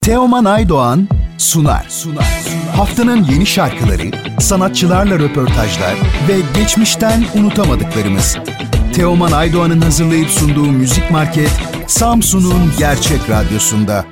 Teoman Aydoğan sunar. Haftanın yeni şarkıları, sanatçılarla röportajlar ve geçmişten unutamadıklarımız. Teoman Aydoğan'ın hazırlayıp sunduğu Müzik Market, Samsun'un Gerçek Radyosu'nda.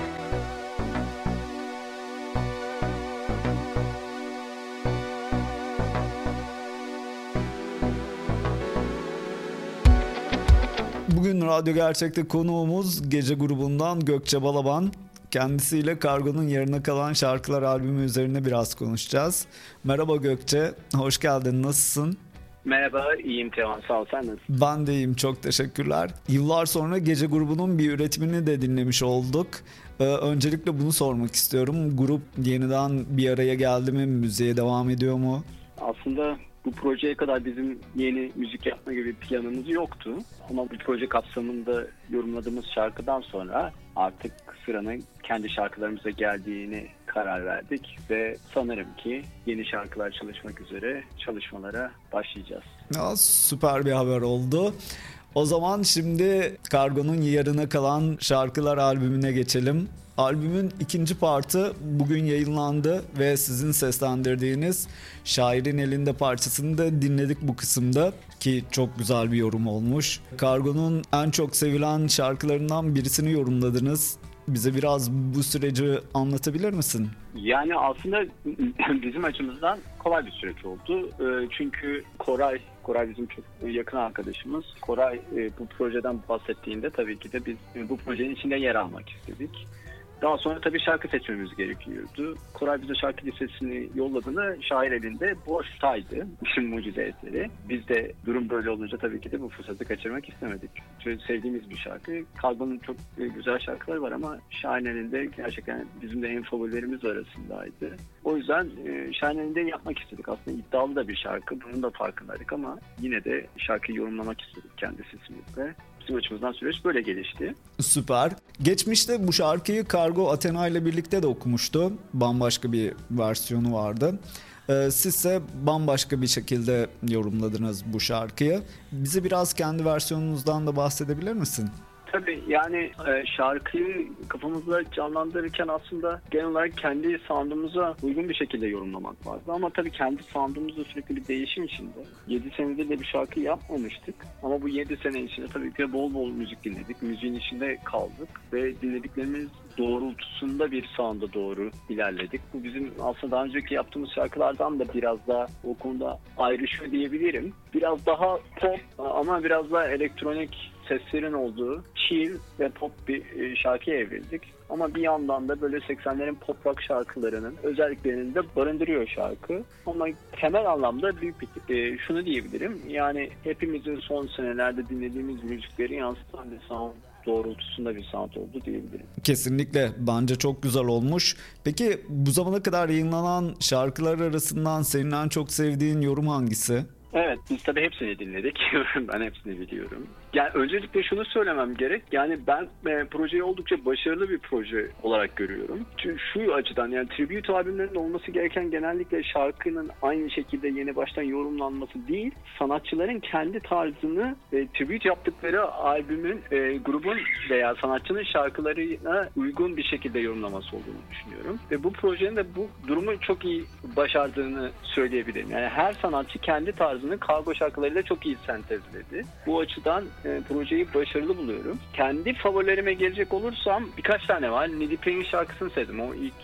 Bugün Radyo Gerçek'te konuğumuz Gece grubundan Gökçe Balaban. Kendisiyle Kargo'nun yarına kalan şarkılar albümü üzerine biraz konuşacağız. Merhaba Gökçe, hoş geldin, nasılsın? Merhaba, iyiyim Teoman, sağ ol, sen nasılsın? Ben de iyiyim, çok teşekkürler. Yıllar sonra Gece grubunun bir üretimini de dinlemiş olduk. Öncelikle bunu sormak istiyorum. Grup yeniden bir araya geldi mi, müziğe devam ediyor mu? Aslında bu projeye kadar bizim yeni müzik yapma gibi bir planımız yoktu. Ama bu proje kapsamında yorumladığımız şarkıdan sonra artık sıranın kendi şarkılarımıza geldiğini karar verdik. Ve sanırım ki yeni şarkılar çalışmak üzere çalışmalara başlayacağız. Ya, süper bir haber oldu. O zaman şimdi Kargo'nun yarına kalan şarkılar albümüne geçelim. Albümün ikinci partı bugün yayınlandı ve sizin seslendirdiğiniz Şairin Elinde parçasını da dinledik bu kısımda ki çok güzel bir yorum olmuş. Kargo'nun en çok sevilen şarkılarından birisini yorumladınız. Bize biraz bu süreci anlatabilir misin? Yani aslında bizim açımızdan kolay bir süreç oldu. Çünkü Koray bizim çok yakın arkadaşımız. Koray bu projeden bahsettiğinde tabii ki de biz bu projenin içinde yer almak istedik. Daha sonra tabii şarkı seçmemiz gerekiyordu. Koray bize şarkı listesini yolladığında Şair Elinde boştaydı. İşin mucize eseri. Biz de durum böyle olunca tabii ki de bu fırsatı kaçırmak istemedik. Çünkü sevdiğimiz bir şarkı. Kargo'nun çok güzel şarkıları var ama Şair Elinde gerçekten bizim de en favorilerimiz arasındaydı. O yüzden Şair Elinde yapmak istedik. Aslında iddialı da bir şarkı. Bunun da farkındaydık ama yine de şarkıyı yorumlamak istedik kendi sesimizle. Bizim açımızdan süreç böyle gelişti. Süper. Geçmişte bu şarkıyı Kargo Athena ile birlikte de okumuştu. Bambaşka bir versiyonu vardı. Sizse bambaşka bir şekilde yorumladınız bu şarkıyı. Bize biraz kendi versiyonunuzdan da bahsedebilir misin? Tabii yani şarkıyı kafamızda canlandırırken aslında genel olarak kendi sound'umuza uygun bir şekilde yorumlamak vardı. Ama tabii kendi sound'umuzda sürekli bir değişim içinde. 7 senedir de bir şarkı yapmamıştık. Ama bu 7 sene içinde tabii ki bol bol müzik dinledik. Müziğin içinde kaldık ve dinlediklerimiz doğrultusunda bir sound'a doğru ilerledik. Bu bizim aslında daha önceki yaptığımız şarkılardan da biraz daha o konuda ayrışıyor diyebilirim. Biraz daha pop ama biraz daha elektronik seslerin olduğu chill ve pop bir şarkıya evrildik. Ama bir yandan da böyle 80'lerin pop rock şarkılarının özelliklerini de barındırıyor şarkı. Ama temel anlamda büyük bir şunu diyebilirim. Yani hepimizin son senelerde dinlediğimiz müzikleri yansıtan bir sound doğrultusunda bir sound oldu diyebilirim. Kesinlikle. Bence çok güzel olmuş. Peki bu zamana kadar yayınlanan şarkılar arasından senin en çok sevdiğin yorum hangisi? Evet, biz tabii hepsini dinledik. Ben hepsini biliyorum. Yani öncelikle şunu söylemem gerek. Yani ben projeyi oldukça başarılı bir proje olarak görüyorum. Çünkü şu açıdan yani tribute albümlerinin olması gereken genellikle şarkının aynı şekilde yeni baştan yorumlanması değil, sanatçıların kendi tarzını tribute yaptıkları albümün, grubun veya sanatçının şarkılarına uygun bir şekilde yorumlaması olduğunu düşünüyorum. Ve bu projenin de bu durumu çok iyi başardığını söyleyebilirim. Yani her sanatçı kendi tarzını Kargo şarkılarıyla çok iyi sentezledi. Bu açıdan projeyi başarılı buluyorum. Kendi favorilerime gelecek olursam birkaç tane var. Needy Payne'in şarkısını sevdim. O ilk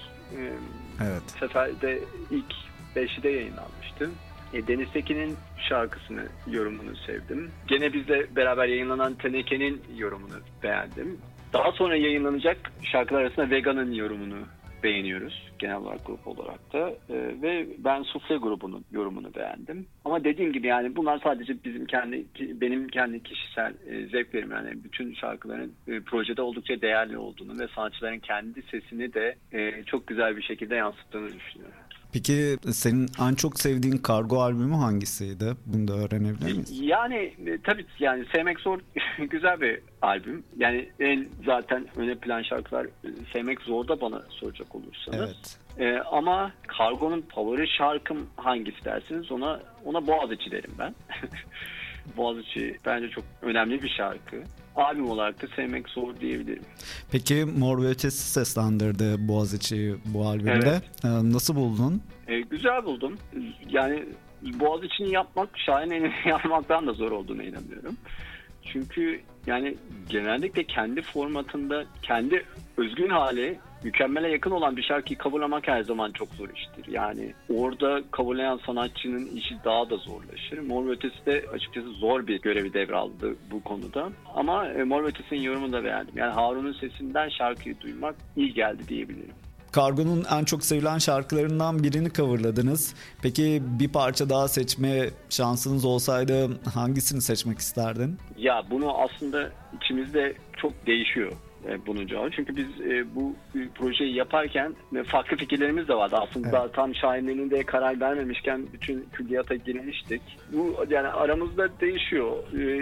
seferde ilk 5'de yayınlanmıştı. Deniz Tekin'in şarkısını, yorumunu sevdim. Gene bizle beraber yayınlanan Teneke'nin yorumunu beğendim. Daha sonra yayınlanacak şarkılar arasında Vega'nın yorumunu beğeniyoruz genel olarak grup olarak da ve ben Sufle grubunun yorumunu beğendim. Ama dediğim gibi yani bunlar sadece benim kendi kişisel zevklerim. Yani bütün şarkıların projede oldukça değerli olduğunu ve sanatçıların kendi sesini de çok güzel bir şekilde yansıttığını düşünüyorum. Peki senin en çok sevdiğin Kargo albümü hangisiydi? Bunu da öğrenebilir miyiz? Yani tabii yani Sevmek Zor güzel bir albüm. Yani zaten öne plan şarkılar Sevmek Zor da bana soracak olursanız. Evet. Ama Kargo'nun favori şarkım hangisi dersiniz ona Boğaziçi derim ben. Boğaziçi bence çok önemli bir şarkı. Albüm olarak da sevmek zor diyebilirim. Peki Mor ve Ötesi seslendirdi Boğaziçi'yi bu albümde. Evet. Nasıl buldun? Güzel buldum. Yani Boğaziçi'ni yapmak, Şahin'i yapmaktan da zor olduğuna inanıyorum. Çünkü yani genellikle kendi formatında, kendi özgün hali mükemmele yakın olan bir şarkıyı coverlamak her zaman çok zor iştir. Yani orada coverlayan sanatçının işi daha da zorlaşır. Mor ve Ötesi de açıkçası zor bir görevi devraldı bu konuda. Ama Mor ve Ötesi'nin yorumunu da beğendim. Yani Harun'un sesinden şarkıyı duymak iyi geldi diyebilirim. Kargo'nun en çok sevilen şarkılarından birini coverladınız. Peki bir parça daha seçme şansınız olsaydı hangisini seçmek isterdin? Ya bunu aslında içimizde çok değişiyor bunun cevabı. Çünkü biz bu projeyi yaparken farklı fikirlerimiz de vardı. Aslında evet. Tam Şahin'in de karar vermemişken bütün külliyata girmiştik. Bu yani aramızda değişiyor.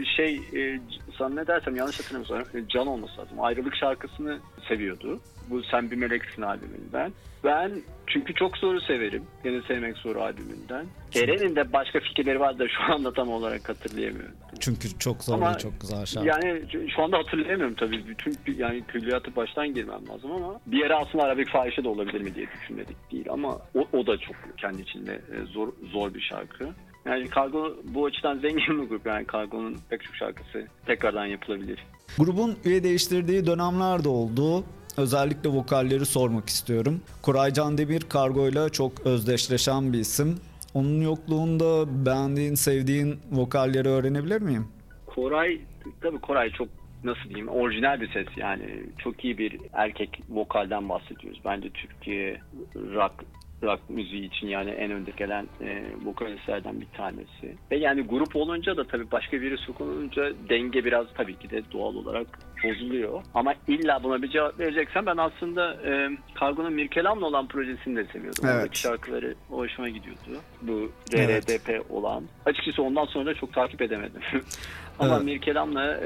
Sana ne dersem yanlış hatırlamıyorsam Can olması lazım. Ayrılık şarkısını seviyordu. Bu Sen Bir Meleksin albümünden. Ben çünkü çok zoru severim. Yine Sevmek Zor albümünden. Eren'in de başka fikirleri vardı da şu anda tam olarak hatırlayamıyorum. Çünkü çok zor ve çok güzel şarkı. Yani şu anda hatırlayamıyorum tabii. Bütün yani külliyatı baştan girmem lazım ama bir yere aslında Arabik Fahişe de olabilir mi diye düşünmedik değil ama o da çok kendi içinde zor bir şarkı. Yani Kargo bu açıdan zengin bir grup. Yani Kargo'nun pek çok şarkısı tekrardan yapılabilir. Grubun üye değiştirdiği dönemler de oldu. Özellikle vokalleri sormak istiyorum. Koray Candemir Kargo'yla çok özdeşleşen bir isim. Onun yokluğunda beğendiğin, sevdiğin vokalleri öğrenebilir miyim? Koray çok nasıl diyeyim orijinal bir ses yani çok iyi bir erkek vokalden bahsediyoruz. Bence Türkiye rock müziği için yani en önde gelen vokalistlerden bir tanesi. Ve yani grup olunca da tabii başka biri sokulunca denge biraz tabii ki de doğal olarak bozuluyor. Ama illa buna bir cevap vereceksen ben aslında Kargo'nun Mirkelam'la olan projesini de seviyordum. Evet. Oradaki şarkıları hoşuma gidiyordu. Bu RRDP evet. olan. Açıkçası ondan sonra da çok takip edemedim. Ama evet. Mirkelam'la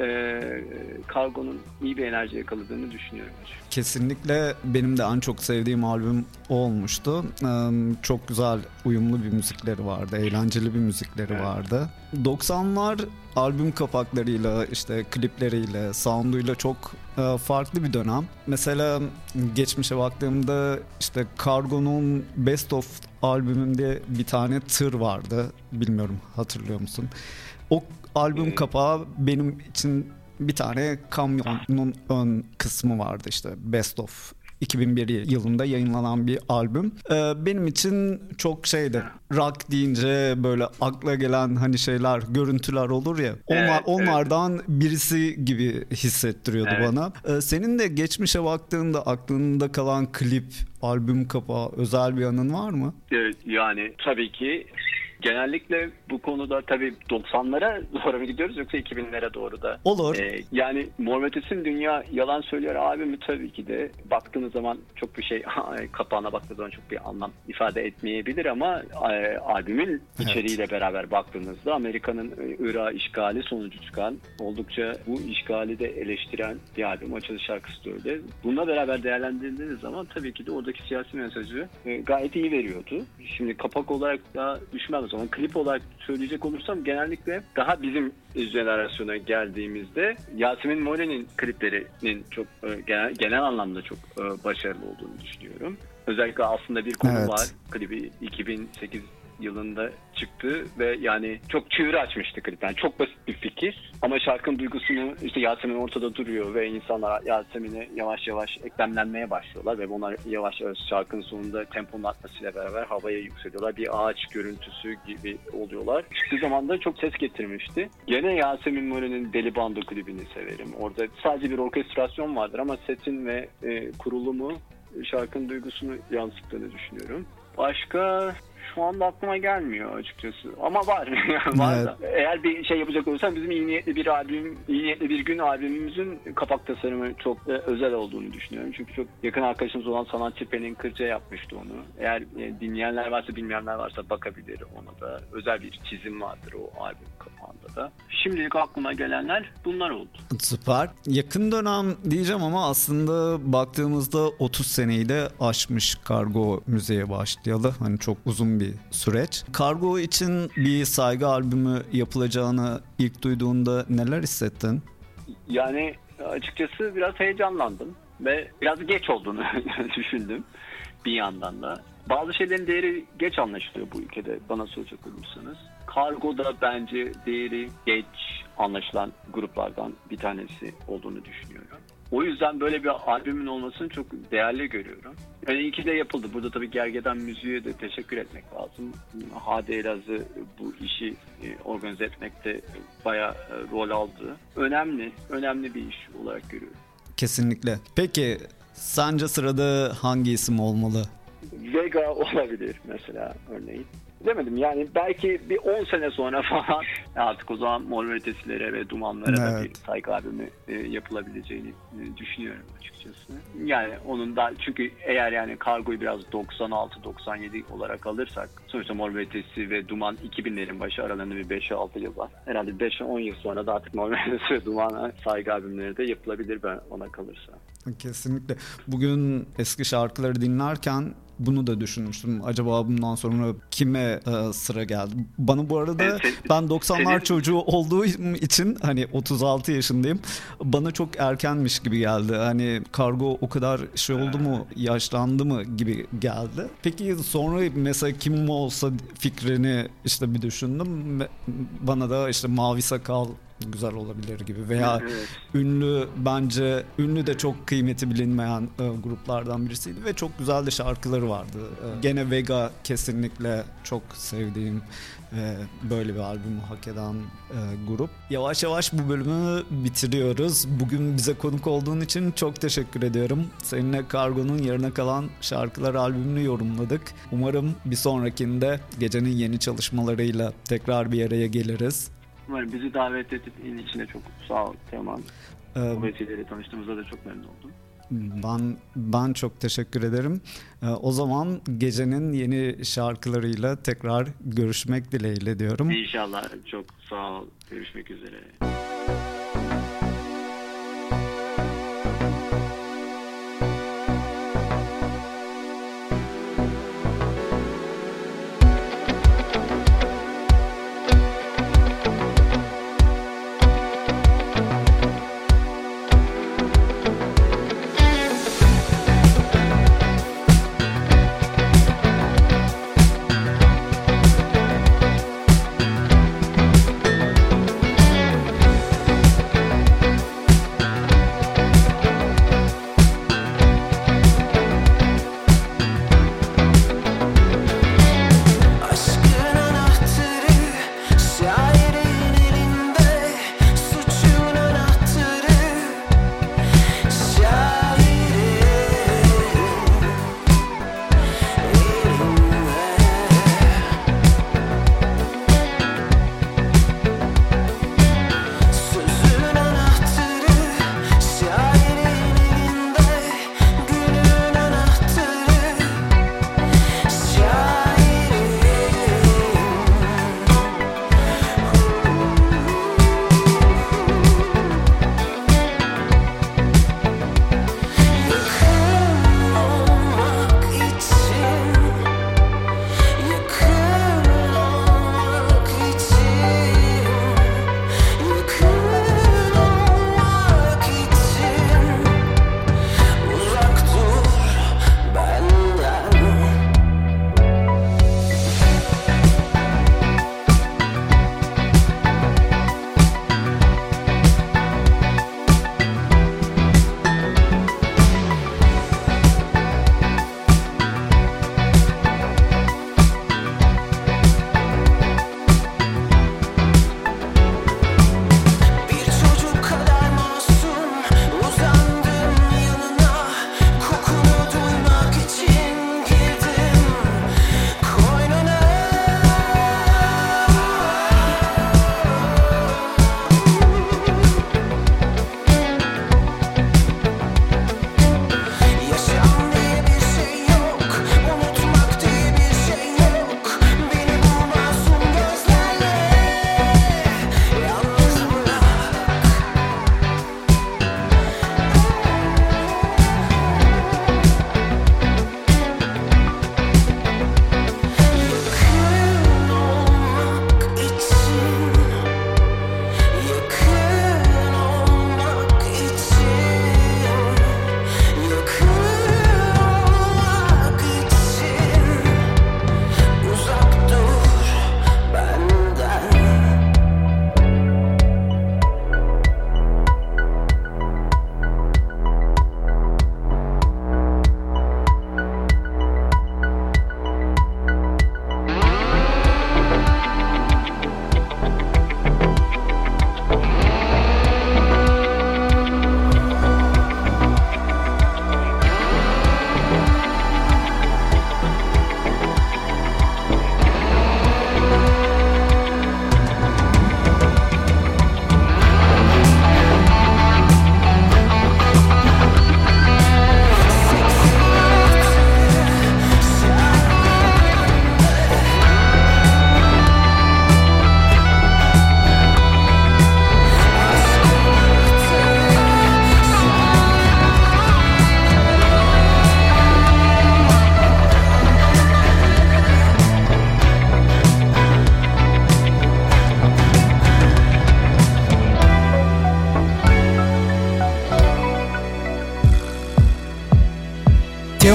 Kargo'nun iyi bir enerji yakaladığını düşünüyorum. Kesinlikle benim de en çok sevdiğim albüm o olmuştu. Çok güzel uyumlu bir müzikleri vardı. Eğlenceli bir müzikleri evet. vardı. 90'lar albüm kapaklarıyla, işte klipleriyle, sound'uyla çok farklı bir dönem. Mesela geçmişe baktığımda işte Kargo'nun Best of albümünde bir tane tır vardı. Bilmiyorum hatırlıyor musun? O albüm kapağı benim için bir tane kamyonun ön kısmı vardı işte Best of 2001 yılında yayınlanan bir albüm. Benim için çok şeydi. Rock deyince böyle akla gelen hani şeyler, görüntüler olur ya. Onlardan birisi gibi hissettiriyordu bana. Senin de geçmişe baktığında aklında kalan klip, albüm kapağı özel bir anın var mı? Evet, yani tabii ki. Genellikle bu konuda tabii 90'lara doğru mu gidiyoruz yoksa 2000'lere doğru da? Olur. Yani Mor ve Ötesi'nin Dünya Yalan Söylüyor albümü tabii ki de baktığınız zaman çok bir şey kapağına baktığınız zaman çok bir anlam ifade etmeyebilir ama albümün içeriğiyle beraber baktığınızda Amerika'nın Irak'ı işgali sonucu çıkan oldukça bu işgali de eleştiren bir albüm. Açılış şarkısı da öyle. Bununla beraber değerlendirdiğiniz zaman tabii ki de oradaki siyasi mesajı gayet iyi veriyordu. Şimdi kapak olarak da düşmez. O zaman klip olarak söyleyecek olursam genellikle daha bizim jenerasyona geldiğimizde Yasemin More'nin kliplerinin çok genel anlamda çok başarılı olduğunu düşünüyorum. Özellikle Aslında Bir Konu Var klibi 2008 yılında çıktı ve yani çok çığır açmıştı klip. Yani çok basit bir fikir ama şarkının duygusunu işte Yasemin ortada duruyor ve insanlar Yasemin'e yavaş yavaş eklemlenmeye başlıyorlar ve bunlar yavaş yavaş şarkının sonunda temponun artmasıyla beraber havaya yükseliyorlar. Bir ağaç görüntüsü gibi oluyorlar. Çıktığı zaman da çok ses getirmişti. Gene Yasemin More'nin Deli Bando klibini severim. Orada sadece bir orkestrasyon vardır ama setin ve kurulumu şarkının duygusunu yansıttığını düşünüyorum. Başka şu anda aklıma gelmiyor açıkçası. Ama var. Var da. Eğer bir şey yapacak olursam bizim İyi Niyetli Bir Gün albümümüzün kapak tasarımı çok özel olduğunu düşünüyorum. Çünkü çok yakın arkadaşımız olan sanatçı Pelin Kırca yapmıştı onu. Eğer dinleyenler varsa, bilmeyenler varsa bakabilir ona da. Özel bir çizim vardır o albüm kapağında da. Şimdilik aklıma gelenler bunlar oldu. Süper. Yakın dönem diyeceğim ama aslında baktığımızda 30 seneyi de aşmış Kargo müziğe başlayalı. Hani çok uzun uzun bir süreç. Kargo için bir saygı albümü yapılacağını ilk duyduğunda neler hissettin? Yani açıkçası biraz heyecanlandım ve biraz geç olduğunu düşündüm bir yandan da. Bazı şeylerin değeri geç anlaşılıyor bu ülkede bana soracak olursanız. Kargo da bence değeri geç anlaşılan gruplardan bir tanesi olduğunu düşünüyorum. O yüzden böyle bir albümün olmasını çok değerli görüyorum. Yani iyi ki de yapıldı. Burada tabii Gergedan Müziğe de teşekkür etmek lazım. HD Elazığ bu işi organize etmekte bayağı rol aldı. Önemli bir iş olarak görüyorum. Kesinlikle. Peki sence sırada hangi isim olmalı? Vega olabilir mesela örneğin. Demedim yani belki bir 10 sene sonra falan artık o zaman Mor ve Ötesilere ve Dumanlara da bir saygı albümü yapılabileceğini düşünüyorum açıkçası. Yani onun da çünkü eğer yani Kargo'yu biraz 96-97 olarak alırsak sonuçta Mor ve Ötesi ve Duman 2000'lerin başı aralarında bir 5-6 yıl var. Herhalde 5-10 yıl sonra da artık Mor ve Ötesi ve Duman'a saygı albümleri de yapılabilir ben ona kalırsa. Kesinlikle. Bugün eski şarkıları dinlerken bunu da düşünmüştüm. Acaba bundan sonra kime sıra geldi? Bana bu arada ben 90'lar çocuğu olduğu için hani 36 yaşındayım. Bana çok erkenmiş gibi geldi. Hani Kargo o kadar şey oldu mu, yaşlandı mı gibi geldi. Peki sonra mesela kim olsa fikrini işte bir düşündüm. Bana da işte Mavi Sakal güzel olabilir gibi veya ünlü, bence ünlü de çok kıymeti bilinmeyen gruplardan birisiydi ve çok güzel de şarkıları vardı. Gene Vega kesinlikle çok sevdiğim böyle bir albümü hak eden grup. Yavaş yavaş bu bölümü bitiriyoruz. Bugün bize konuk olduğun için çok teşekkür ediyorum. Seninle Kargo'nun yarına kalan şarkılar albümünü yorumladık. Umarım bir sonrakinde gecenin yeni çalışmalarıyla tekrar bir araya geliriz. Umarım bizi davet ettiğin için de çok sağ ol Teoman. Bu vesileyle tanıştığımızda da çok memnun oldum. Ben çok teşekkür ederim. O zaman gecenin yeni şarkılarıyla tekrar görüşmek dileğiyle diyorum. İnşallah. Çok sağ ol. Görüşmek üzere.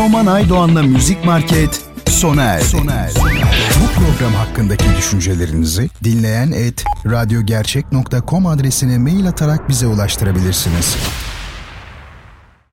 Teoman Aydoğan'la Müzik Market sona erdi. Bu program hakkındaki düşüncelerinizi dinleyen @radyogercek.com adresine mail atarak bize ulaştırabilirsiniz.